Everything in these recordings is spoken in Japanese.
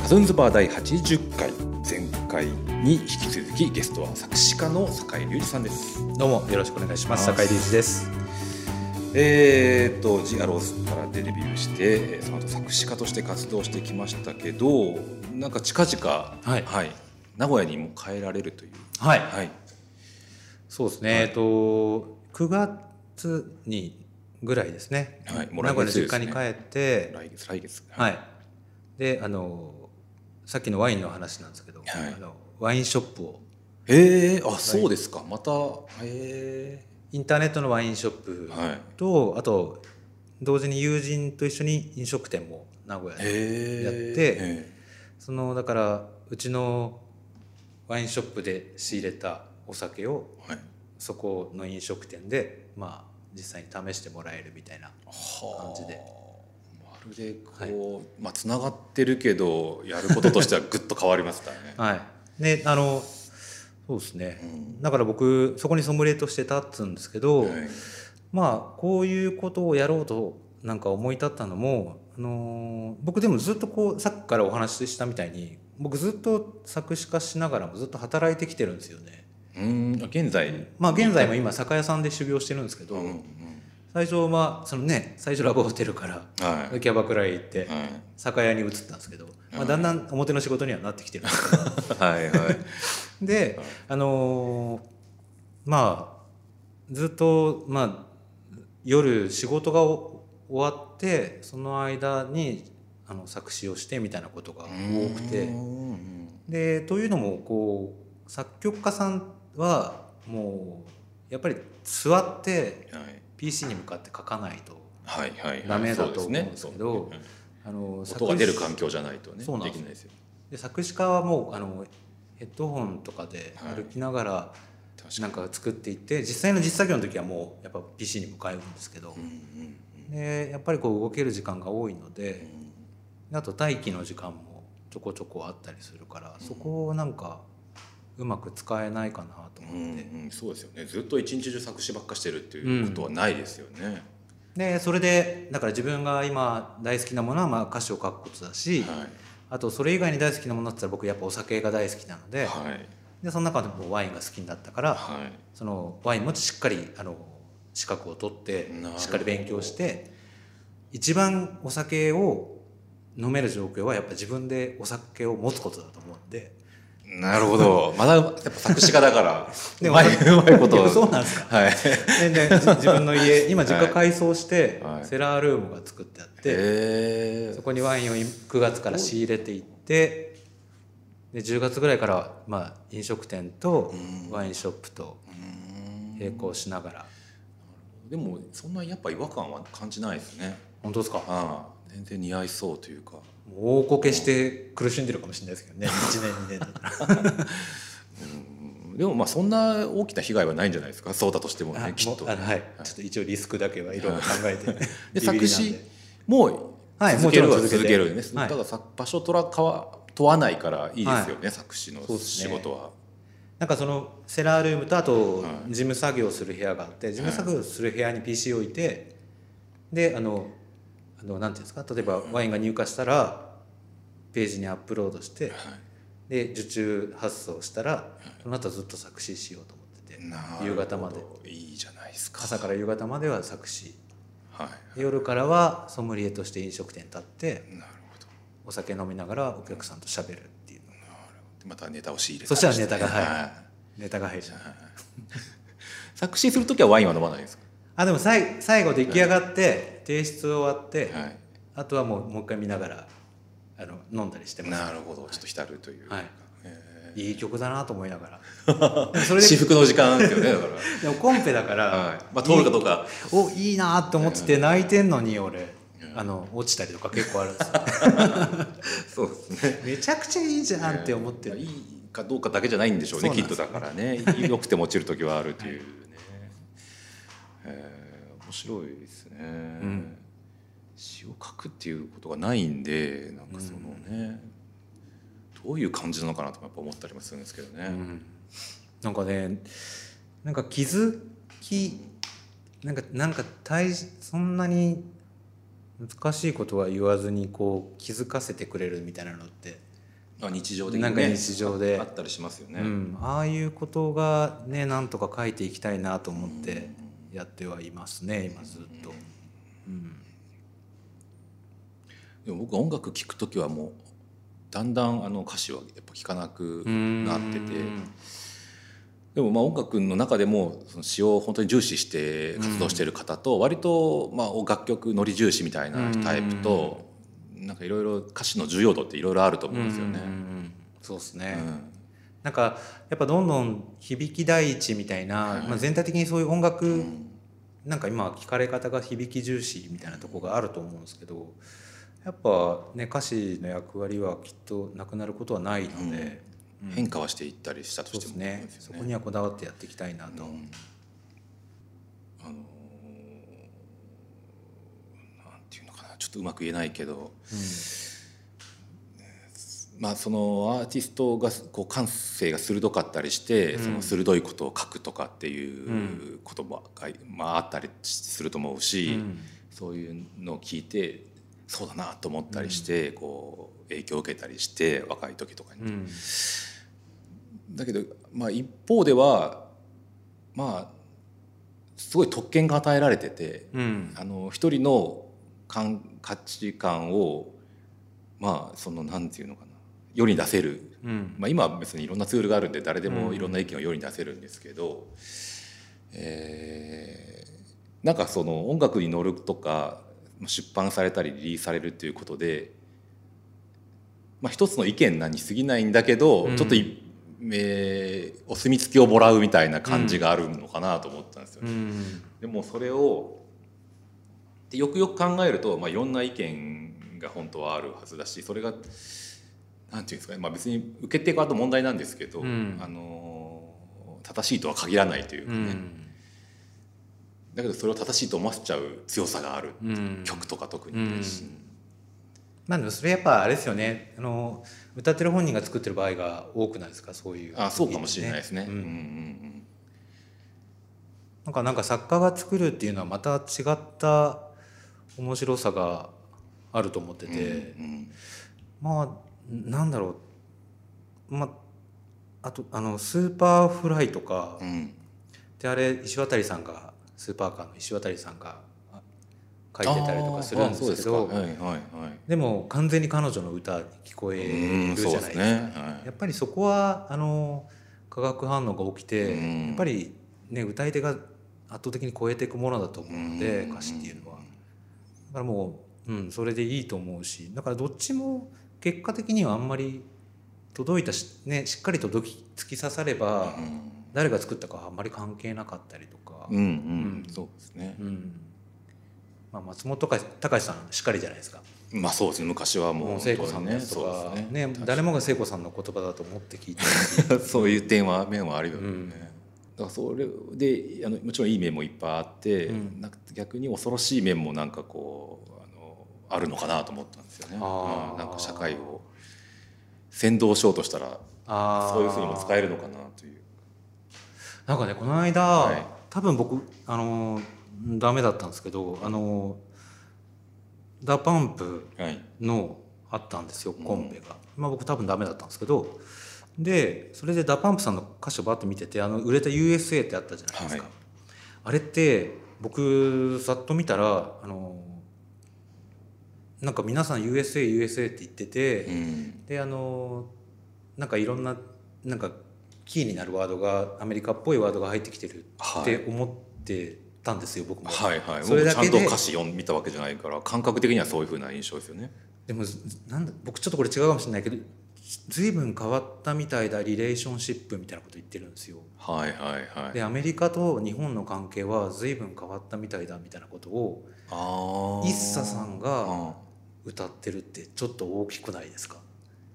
カズンズバー第80回、前回に引き続きゲストは作詞家の酒井隆二さんです。 どうもよろしくお願いします。酒井隆二です。 ジアロースからデビューして、その後作詞家として活動してきましたけど、なんか近々、名古屋にも帰られるという。 そうですね、9月にぐらいですね、 もう名古屋の実家に帰って来月でさっきのワインの話なんですけど、ワインショップをそうですか。またインターネットのワインショップと、あと同時に友人と一緒に飲食店も名古屋でやって、だからうちのワインショップで仕入れたお酒を、そこの飲食店で実際に試してもらえるみたいな感じで、 まるでこう、つながってるけどやることとしてはぐっと変わりますからね。 でそうですね、だから僕そこにソムリエとして立つんですけど、こういうことをやろうとなんか思い立ったのも、僕でもずっとさっきからお話ししたみたいに、僕ずっと作詞家しながらもずっと働いてきてるんですよね。 現在も今酒屋さんで修行してるんですけど、最初最初ラブホテルからキャバクラへ行って酒屋に移ったんですけど、だんだん表の仕事にはなってきてるんですけどでずっと夜仕事が終わってその間に作詞をしてみたいなことが多くて、でというのも作曲家さんはもうやっぱり座って PC に向かって書かないとダメだと思うんですけど、 音が出る環境じゃないとねできないですよ。 で作詞家はもうヘッドホンとかで歩きながらなんか作っていって、実際の実作業の時はもうやっぱ PC に向かうんですけど、でやっぱり動ける時間が多いので、あと待機の時間もちょこちょこあったりするから、そこをなんかうまく使えないかなと思って、 そうですよね。ずっと一日中作詞ばっかしてるっていうことはないですよね。 でそれでだから自分が今大好きなものは歌詞を書くことだし、あとそれ以外に大好きなものだったら僕やっぱお酒が大好きなので、でその中でもワインが好きになったから、そのワインもしっかり資格を取ってしっかり勉強して、一番お酒を飲める状況はやっぱ自分でお酒を持つことだと思うんで。 なるほど。まだやっぱ作詞家だからうまいことを。 そうなんですか。で自分の家今実家改装してセラールームが作ってあって、そこにワインを9月から仕入れていって、で10月ぐらいから飲食店とワインショップと並行しながら。 でもそんなやっぱ違和感は感じないですね。 本当ですか。 全然似合いそうというか。 大こけして苦しんでるかもしれないですけどね、1年2年だったらでもそんな大きな被害はないんじゃないですか。そうだとしてもね、きっと。 ちょっと一応リスクだけはいろいろ考えて、 で作詞も続けるは続けるね。ただ場所問わないからいいですよね、作詞の仕事は。 なんかそのセラールームとあと事務作業する部屋があって、事務作業する部屋に PC を置いて、でなんていうんですか、例えばワインが入荷したらページにアップロードして、で受注発送したらその後ずっと作詞しようと思ってて、夕方まで。 いいじゃないですか。 朝から夕方までは作詞、夜からはソムリエとして飲食店立ってお酒飲みながらお客さんと喋るっていう。 またネタを仕入れて、 そしたらネタが入る作詞するときはワインは飲まないですか。 でも最後出来上がって提出終わって、あとはもう一回見ながら飲んだりしてます。 なるほど。ちょっと浸るというか、 いい曲だなと思いながらそれで至福の時間ですよね。だからでもコンペだから、 通るかどうかいいなと思ってて泣いてんのに俺落ちたりとか結構あるんですそうですね。 めちゃくちゃいいじゃんって思ってる。 いいかどうかだけじゃないんでしょうね、きっと。だからね、良くても落ちる時はあるというね。面白いですね。詩を書くっていうことがないんで、なんかそのね、どういう感じなのかなとやっぱ思ったりもするんですけどね。 なんかね、なんか気づきなんかそんなに難しいことは言わずに気づかせてくれるみたいなのって日常的になんか日常であったりしますよね。 ああいうことがねなんとか書いていきたいなと思ってやってはいますね今ずっと。 でも僕音楽聴くときはもうだんだん歌詞はやっぱ聴かなくなってて、でも音楽の中でもその詩を本当に重視して活動している方と、割と楽曲ノリ重視みたいなタイプと、なんかいろいろ歌詞の重要度っていろいろあると思うんですよね。 そうですね、なんかやっぱどんどん響き第一みたいな、全体的にそういう音楽、なんか今聞かれ方が響き重視みたいなところがあると思うんですけど、やっぱね歌詞の役割はきっとなくなることはないので、 変化はしていったりしたとしても、 そうですね、そこにはこだわってやっていきたいなと。なんていうのかな、ちょっとうまく言えないけど、そのアーティストがこう感性が鋭かったりして、その鋭いことを書くとかっていう言葉があったりすると思うし、そういうのを聞いてそうだなと思ったりして、こう影響を受けたりして若い時とかに。だけど一方ではすごい特権が与えられてて、一人の価値観をそのなんていうのかな、世に出せる、今は別にいろんなツールがあるんで誰でもいろんな意見を世に出せるんですけど、なんかその音楽に乗るとか出版されたりリリースされるっていうことで、一つの意見に過ぎないんだけど、ちょっとお墨付きをもらうみたいな感じがあるのかなと思ったんですよね。でもそれをよくよく考えると、いろんな意見が本当はあるはずだし、それがなんていうんですかね、別に受け手側と問題なんですけど、正しいとは限らないというかね、だけどそれを正しいと思わせちゃう強さがある、曲とか特にですし、 でもそれやっぱあれですよね、歌ってる本人が作ってる場合が多くないですか、そういう、 そうかもしれないですね。 なんか作家が作るっていうのはまた違った面白さがあると思ってて、なんだろう、あとスーパーフライとか、であれ石渡さんがスーパーカーの石渡さんが書いてたりとかするんですけど、でも完全に彼女の歌に聞こえるじゃないですか。やっぱりそこは化学反応が起きて、やっぱりね歌い手が圧倒的に超えていくものだと思うので、歌詞っていうのは。だからもう、それでいいと思うし、だからどっちも結果的にはあんまり届いたし、ね、しっかりと突き刺されば、誰が作ったかはあんまり関係なかったりとか。 そうですね。 松本隆さんしっかりじゃないですか。 そうですね、昔はもう聖子さんのやつとかね、誰もが聖子さんの言葉だと思って聞いてるそういう面はあるよね。だからそれでもちろんいい面もいっぱいあって、なんか逆に恐ろしい面もなんかこうあるのかなと思ったんですよね。なんか社会を先導しようとしたらそういうふうにも使えるのかなという。 なんかね、この間、多分僕ダメだったんですけど、ダパンプのあったんですよ、コンペが。僕多分ダメだったんですけど、でそれでダパンプさんの歌詞をバッと見てて、売れた USA ってあったじゃないですか。あれって僕さっと見たらなんか皆さん USA って言ってて、でなんかいろんななんかキーになるワードがアメリカっぽいワードが入ってきてるって思ってたんですよ、僕も。 それだけでちゃんと歌詞見たわけじゃないから感覚的にはそういう風な印象ですよね。 でも僕ちょっとこれ違うかもしれないけど、随分変わったみたいだ、リレーションシップみたいなこと言ってるんですよ。でアメリカと日本の関係は随分変わったみたいだみたいなことをＩＳＳＡさんが歌ってるってちょっと大きくないですか？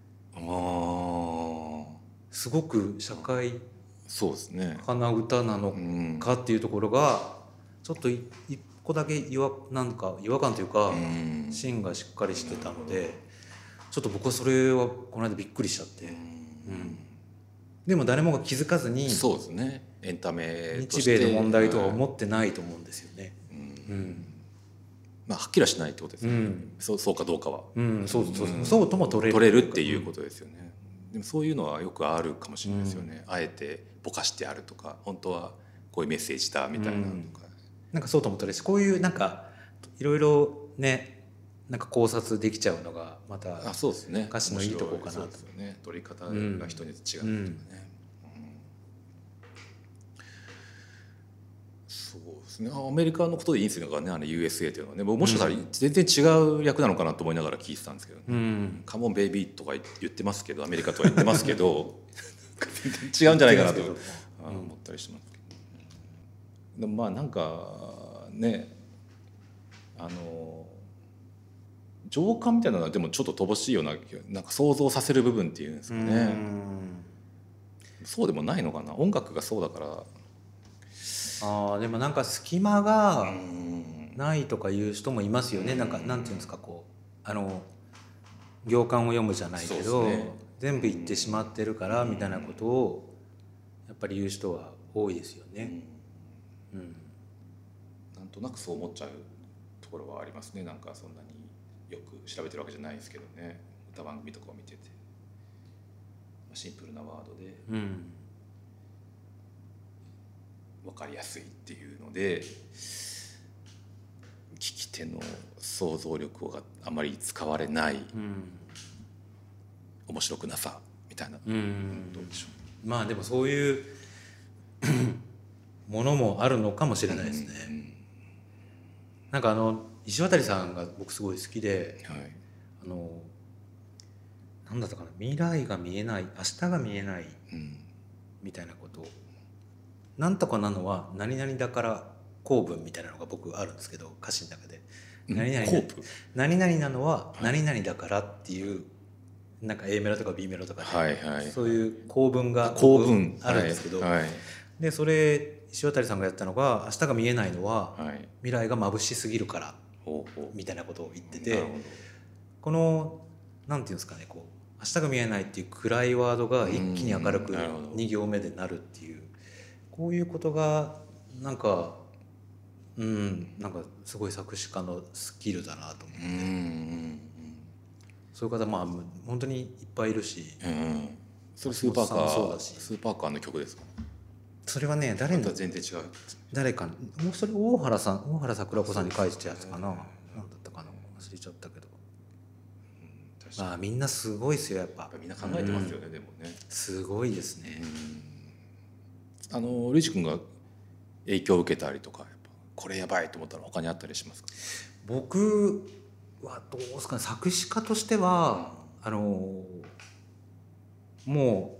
すごく社会派な歌なのかっていうところがちょっと一個だけなんか違和感というか芯がしっかりしてたので、ちょっと僕はそれはこの間びっくりしちゃって、でも誰もが気づかずに、 そうですね、エンタメとして日米の問題とは思ってないと思うんですよね。 まあ、はっきりはしないってことですね、そうかどうかは、 そうとも取れるっていうことですよね、でもそういうのはよくあるかもしれないですよね、あえてぼかしてあるとか本当はこういうメッセージだみたいなとか、 なんかそうとも取れるし、こういうなんかいろいろねなんか考察できちゃうのがまたそうですね、 歌詞のいいとこかなと。 ね、取り方が人によって違うとかね、そうですね、アメリカのことでいいんですよね、USA っていうのはね、もしかしたら全然違う役なのかなと思いながら聞いてたんですけど、ねカモンベイビーとか言ってますけど、アメリカとは言ってますけど全然違うんじゃないかなと思ったりしますけど、でもまあなんかね情感みたいなのはでもちょっと乏しいような、なんか想像させる部分っていうんですかね、そうでもないのかな、音楽がそうだから。 でもなんか隙間がないとかいう人もいますよね。なんかなんていうんですか、こう行間を読むじゃないけど、全部言ってしまってるからみたいなことをやっぱり言う人は多いですよね。 なんとなくそう思っちゃうところはありますね。なんかそんなによく調べてるわけじゃないですけどね、歌番組とかを見ててシンプルなワードで分かりやすいっていうので、聞き手の想像力があまり使われない面白くなさみたいな、どうでしょう。まあでもそういうものもあるのかもしれないですね。なんか石渡さんが僕すごい好きで、なんだったかな、未来が見えない、明日が見えないみたいなことを、なんとかなのは何々だから構文みたいなのが僕あるんですけど、歌詞の中で何々なのは何々だからっていうなんか A メロとか B メロとかでそういう構文があるんですけど、でそれ石渡さんがやったのが、明日が見えないのは未来が眩しすぎるからみたいなことを言ってて、このなんていうんですかね、こう明日が見えないっていう暗いワードが一気に明るく2行目でなるっていう、こういうことがなんかなんかすごい作詞家のスキルだなと思って、そういう方まあ本当にいっぱいいるし、 それスーパーカーの曲ですか？ それはね、 全然違う、 誰かもうそれ大原桜子さんに書いてたやつかな、何だったかな、忘れちゃったけど、まあみんなすごいですよ、やっぱみんな考えてますよね、でもねすごいですね。 ルイジ君が影響を受けたりとか、やっぱこれやばいと思ったら他にあったりしますか？ 僕はどうですかね、作詞家としてはも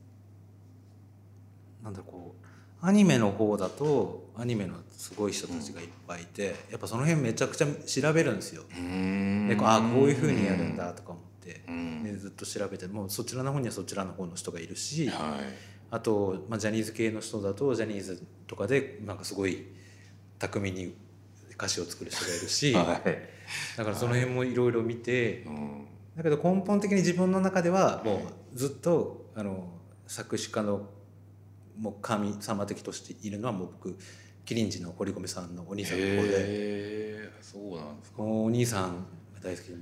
うなんだろう、こうアニメの方だとアニメのすごい人たちがいっぱいいて、やっぱその辺めちゃくちゃ調べるんですよ。でこういう風にやるんだとか思って、でずっと調べて、もうそちらの方にはそちらの方の人がいるし、あと、ジャニーズ系の人だとジャニーズとかでなんかすごい巧みに歌詞を作る人がいるし、だからその辺もいろいろ見て、だけど根本的に自分の中ではもうずっと作詞家のもう神様的としているのはもう僕キリンジの堀米さんのお兄さんの方で、 そうなんですか。 お兄さんが大好きで、も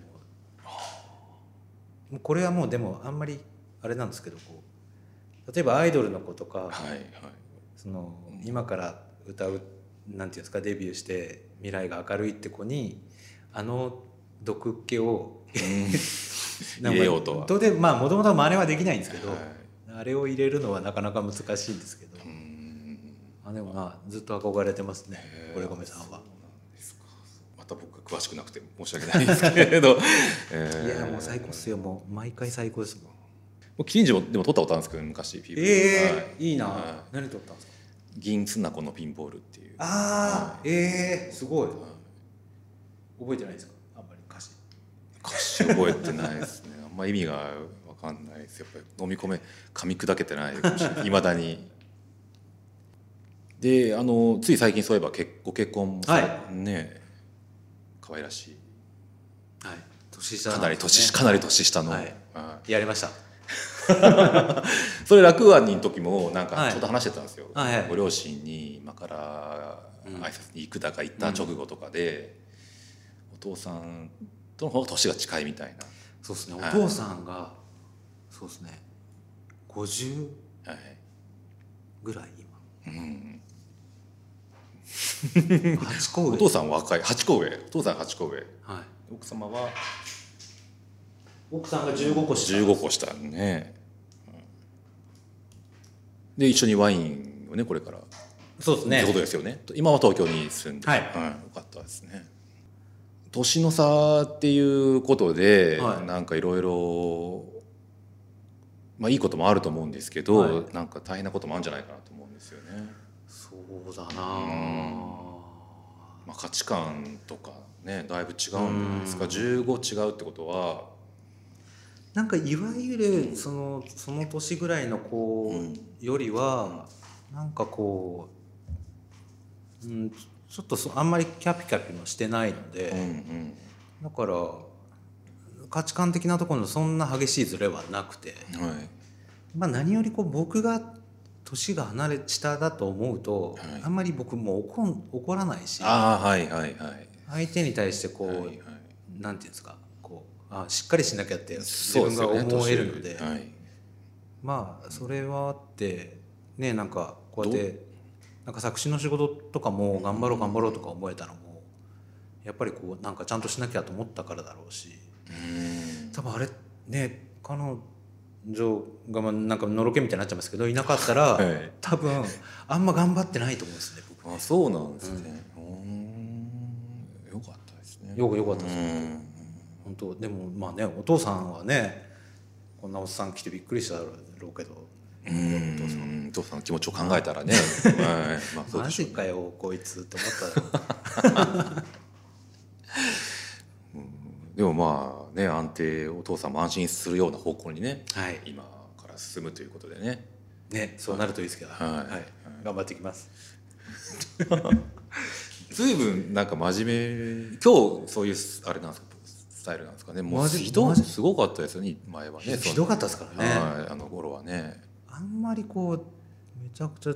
うこれはもうでもあんまりあれなんですけど、こう例えばアイドルの子とか、その今から歌うなんていうんですか、デビューして未来が明るいって子に毒気を入れようとは、 もともと真似はできないんですけど、あれを入れるのはなかなか難しいんですけど、でもずっと憧れてますね、堀米さんは。 また僕詳しくなくて申し訳ないですけどいやもう最高っすよ、もう毎回最高ですもん。 キリンジもでも撮ったことあるんですけど、昔フィールいいな、何撮ったんですか？ 銀砂子のピンボールっていう。 すごい、覚えてないですか？あんまり歌詞覚えてないですね。あんま意味が分かんないです。やっぱり飲み込噛み砕けてないいまだに。でつい最近そういえばご結婚もね、可愛らしい、 年下、 かなり年下の、 やりました。 それ楽庵にの時もなんかちょっと話してたんですよ、ご両親に今から挨拶に行くだか行った直後とかで、 お父さんとの方が年が近いみたいな。 そうですね、お父さんがそうですね50ぐらい今、8個上。 お父さん若い。8個上。お父さん8個上、 はい、 奥様は奥さんが15個下。 15個下ね。で一緒にワインをねこれからそうですねってことですよね。今は東京に住んで、 はい、 よかったですね。年の差っていうことで、なんかいろいろいいこともあると思うんですけど、なんか大変なこともあるんじゃないかなと思うんですよね。 そうだな、 価値観とかねだいぶ違うんじゃないですか。15違うってことはなんかいわゆるその年ぐらいの子よりはなんかこう、ちょっとあんまりキャピキャピもしてないので、だから価値観的なところのそんな激しいズレはなくて、何より僕が年が下だと思うと、あんまり僕も怒らないし、相手に対してなんていうんですか、しっかりしなきゃって自分が思えるので、それはあってね、なんかこうやってなんか作詞の仕事とかも頑張ろうとか思えたのもやっぱりなんかちゃんとしなきゃと思ったからだろうし、多分あれね彼女がなんかのろけみたいになっちゃいますけどいなかったら、多分あんま頑張ってないと思うんですね僕。 そうなんですね。よかったですね。 よかったです本当。でもお父さんはねこんなおっさん来てびっくりしたろうけど、 お父さんの気持ちを考えたらねマジかよこいつって思ったらでも安定お父さんも安心するような方向にね、今から進むということでねそうなるといいですけど、頑張っていきます。 随分なんか真面目、今日そういうあれなんですかスタイルなんですかね。もうすごかったですよね前はね。 ひどかったですからね、 あの頃はね。 あんまりめちゃくちゃ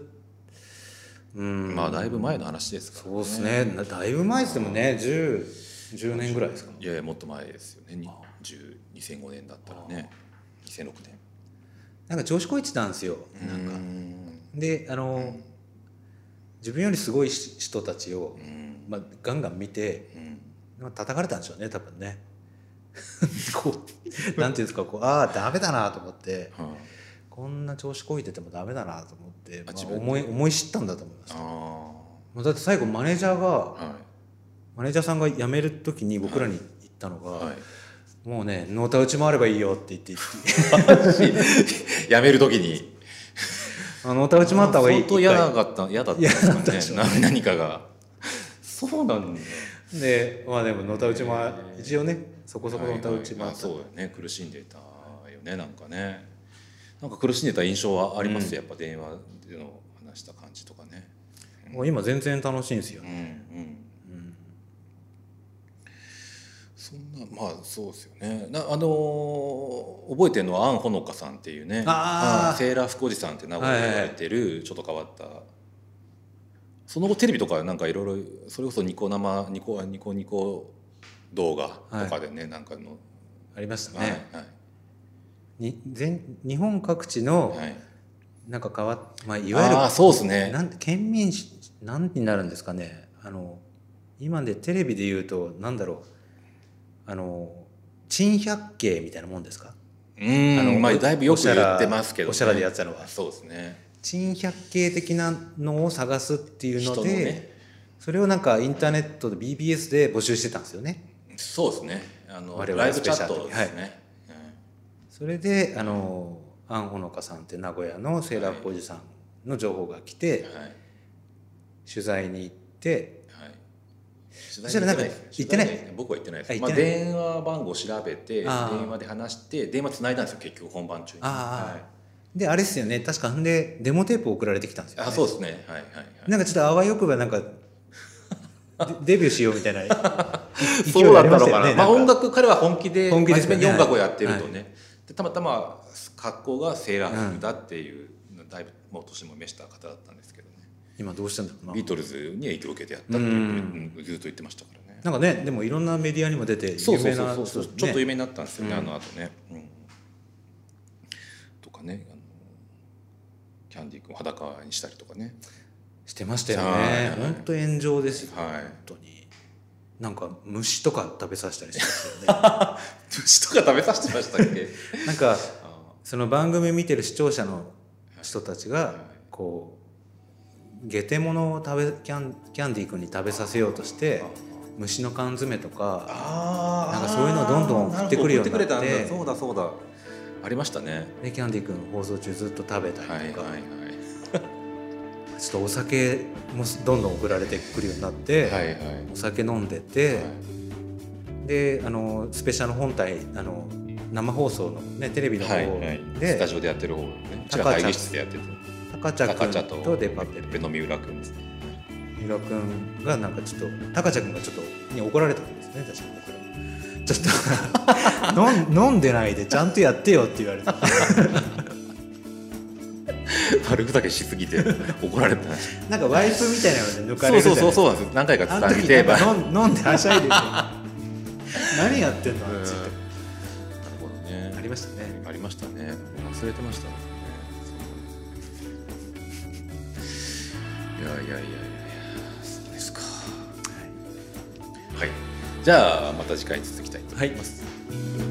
だいぶ前の話ですからね。 そうですね、だいぶ前ですもんね。10年ぐらいですか。 いやもっと前ですよね。2005年だったらね、2006年なんか調子こいてたんですよ。なんかで自分よりすごい人たちをガンガン見て叩かれたんでしょうね多分ね。なんていうんですかダメだなと思って、こんな調子こいててもダメだなと思って、思い知ったんだと思います。だって最後マネージャーさんが辞める時に僕らに言ったのが、もうねのたうち回ればいいよって言って辞める時にのたうち回った方がいい。 相当嫌だったんですかね。何かが。そうなんだ。 ででものたうち回一応ねそこそこのたうち回った。 そうよね、苦しんでたよね。なんかねなんか苦しんでた印象はありますよ、やっぱ電話での話した感じとかね。 もう今全然楽しいんですよね。 そんなそうですよね。覚えてるのはアン・ホノカさんっていうね、セーラー服おじさんって名古屋で言われてるちょっと変わった、その後テレビとかなんかいろいろそれこそニコ動画とかでね、なんかのありましたね。日本各地のなんかいわゆるそうですね、 県民何になるんですかね。今でテレビで言うとなんだろう、珍百景みたいなもんですか。 だいぶよく言ってますけど、 おしゃらでやってたのはそうですね。 珍百景的なのを探すっていうので、それをなんかインターネットで BBS で募集してたんですよね。 そうですね。ライブチャットですね。 それでアン・ホノカさんって名古屋のセーラー服おじさんの情報が来て、取材に行って。そしたらなんか行ってない。 僕は行ってないです。電話番号調べて電話で話して電話つないだんですよ結局本番中に。 であれですよね、確かでデモテープ送られてきたんですよね。 そうですね。 なんかちょっとあわよくばなんかデビューしようみたいな勢いがありましたよね。音楽彼は本気で真面目に音楽をやってるとね、たまたま格好がセーラー服だっていうだいぶもう年も召した方だったんですけどね。 今どうしたんだろうな。 ビートルズに影響を受けてやったってずっと言ってましたからね。 なんかねでもいろんなメディアにも出てそう有名な、 ちょっと有名になったんですよね、あの後ね、とかね、キャンディー君を裸にしたりとかねしてましたよね。本当炎上ですよ、 はい、 本当に。なんか虫とか食べさせたりしてますよね虫とか食べさせてましたっけなんかその番組見てる視聴者の人たちがこう下手物をキャンディー君に食べさせようとして虫の缶詰とかなんかそういうのをどんどん送ってくるようになって、 そうだそうだありましたね。 でキャンディー君放送中ずっと食べたりとか、 はいはいはい、 ちょっとお酒もどんどん送られてくるようになって、はいはい、お酒飲んでて、はい、でスペシャル本体生放送の、ね、テレビの方で、はいはい、スタジオでやってる方ね、会議室でやってて高茶君とデパペの三浦君ですね。三浦君がなんかちょっと高茶君がちょっとに怒られたんですね、確かに僕らちょっと飲んでないでちゃんとやってよって言われて悪ふざけしすぎて怒られたなんかワイプみたいなので抜かれるじゃないですか。 そうなんです。何回か伝えて飲んではしゃいでる何やってんのって言って、なるほどね、 ありましたね。 ありましたね。忘れてましたね。いやそうですか。はい、じゃあまた次回に続きたいと思います。はい。